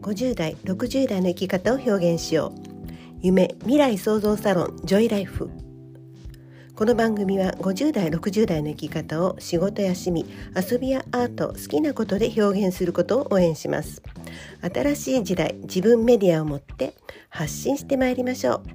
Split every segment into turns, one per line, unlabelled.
50代、60代の生き方を表現しよう。夢、未来創造サロンジョイライフ。この番組は50代、60代の生き方を仕事や趣味、遊びやアート、好きなことで表現することを応援します。新しい時代、自分メディアを持って発信してまいりましょう。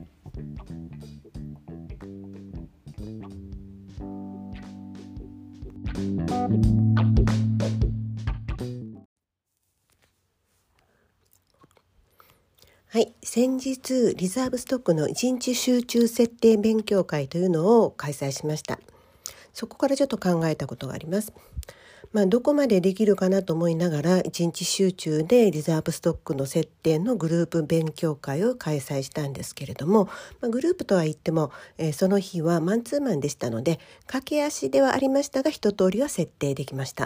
はい、先日リザーブストックの1日集中設定勉強会というのを開催しました。そこからちょっと考えたことがあります。どこまでできるかなと思いながら1日集中でリザーブストックの設定のグループ勉強会を開催したんですけれども、グループとは言っても、その日はマンツーマンでしたので駆け足ではありましたが一通りは設定できました。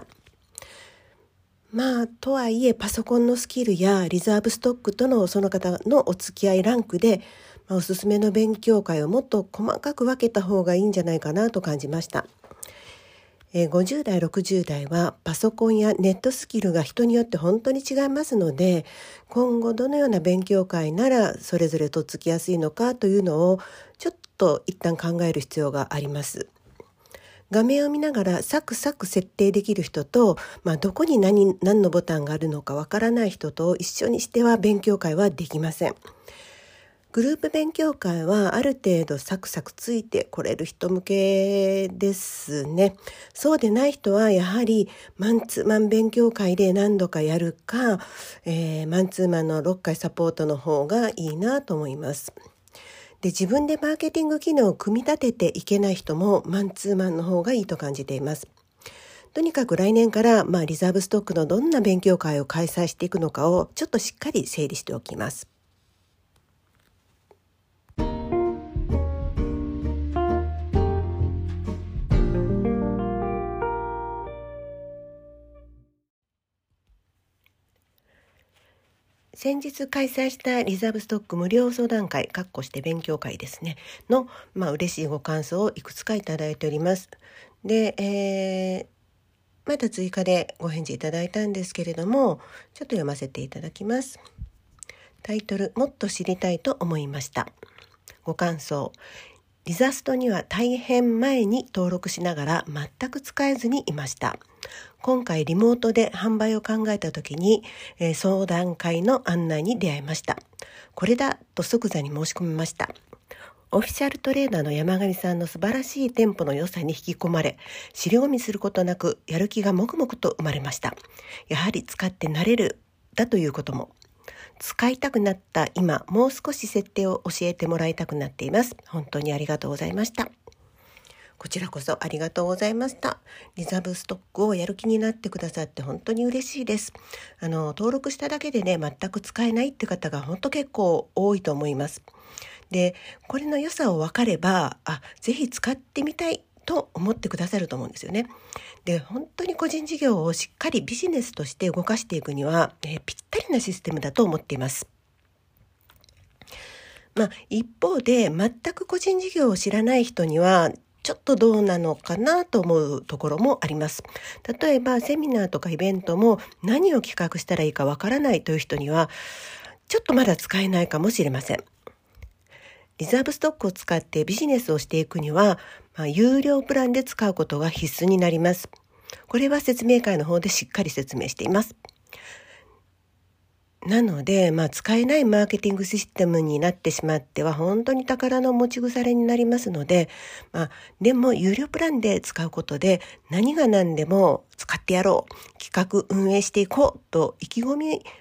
とはいえパソコンのスキルやリザーブストックとのその方のお付き合いランクで、おすすめの勉強会をもっと細かく分けた方がいいんじゃないかなと感じました。50代、60代はパソコンやネットスキルが人によって本当に違いますので、今後どのような勉強会ならそれぞれとっつきやすいのかというのをちょっと一旦考える必要があります。画面を見ながらサクサク設定できる人と、どこに何のボタンがあるのかわからない人と一緒にしては勉強会はできません。グループ勉強会はある程度サクサクついてこれる人向けですね。そうでない人はやはりマンツーマン勉強会で何度かやるか、マンツーマンの6回サポートの方がいいなと思います。で、自分でマーケティング機能を組み立てていけない人もマンツーマンの方がいいと感じています。とにかく来年からリザーブストックのどんな勉強会を開催していくのかをちょっとしっかり整理しておきます。先日開催したリザーブストック無料相談会して勉強会ですねの、嬉しいご感想をいくつかいただいております。で、また追加でご返事いただいたんですけれども、ちょっと読ませていただきます。タイトル、もっと知りたいと思いました。ご感想、リザストには大変前に登録しながら全く使えずにいました。今回リモートで販売を考えた時に、相談会の案内に出会いました。これだと即座に申し込みました。オフィシャルトレーナーの山上さんの素晴らしいテンポの良さに引き込まれ、尻込みすることなくやる気がもくもくと生まれました。やはり使って慣れるだということも。使いたくなった今、もう少し設定を教えてもらいたくなっています。本当にありがとうございました。こちらこそありがとうございました。リザーブストックをやる気になってくださって本当に嬉しいです。登録しただけでね、全く使えないって方が本当結構多いと思います。で、これの良さを分かれば、ぜひ使ってみたいと思ってくださると思うんですよね。で、本当に個人事業をしっかりビジネスとして動かしていくには、ぴったりなシステムだと思っています。一方で全く個人事業を知らない人にはちょっとどうなのかなと思うところもあります。例えばセミナーとかイベントも何を企画したらいいかわからないという人にはちょっとまだ使えないかもしれません。リザーブストックを使ってビジネスをしていくには、有料プランで使うことが必須になります。これは説明会の方でしっかり説明しています。なので、使えないマーケティングシステムになってしまっては本当に宝の持ち腐れになりますので、でも有料プランで使うことで何が何でも使ってやろう、企画運営していこうと意気込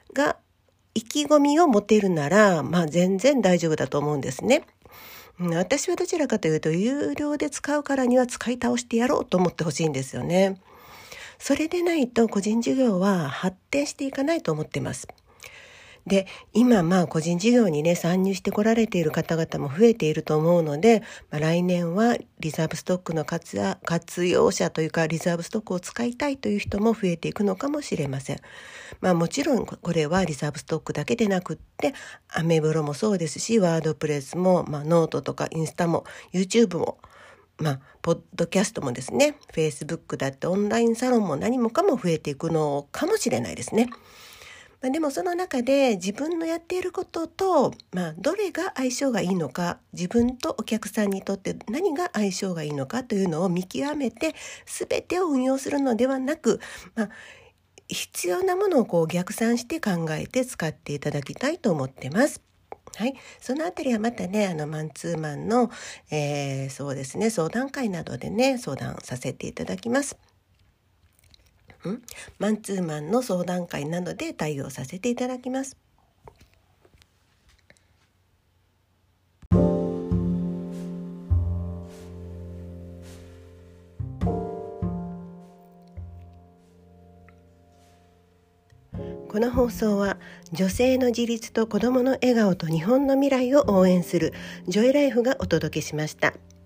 みを持ているなら、全然大丈夫だと思うんですね。私はどちらかというと有料で使うからには使い倒してやろうと思ってほしいんですよね。それでないと個人事業は発展していかないと思っています。で、今個人事業にね参入してこられている方々も増えていると思うので、来年はリザーブストックの活用者というかリザーブストックを使いたいという人も増えていくのかもしれません。もちろんこれはリザーブストックだけでなくってアメブロもそうですし、ワードプレスも、ノートとかインスタも YouTube もポッドキャストもですね、Facebook だってオンラインサロンも何もかも増えていくのかもしれないですね。 でもその中で自分のやっていることと、どれが相性がいいのか、自分とお客さんにとって何が相性がいいのかというのを見極めて、全てを運用するのではなく、必要なものを逆算して考えて使っていただきたいと思ってます。はい、そのあたりはまたね、マンツーマンの、そうですね、相談会などでね、相談させていただきます。マンツーマンの相談会などで対応させていただきます。この放送は女性の自立と子どもの笑顔と日本の未来を応援するジョイライフがお届けしました。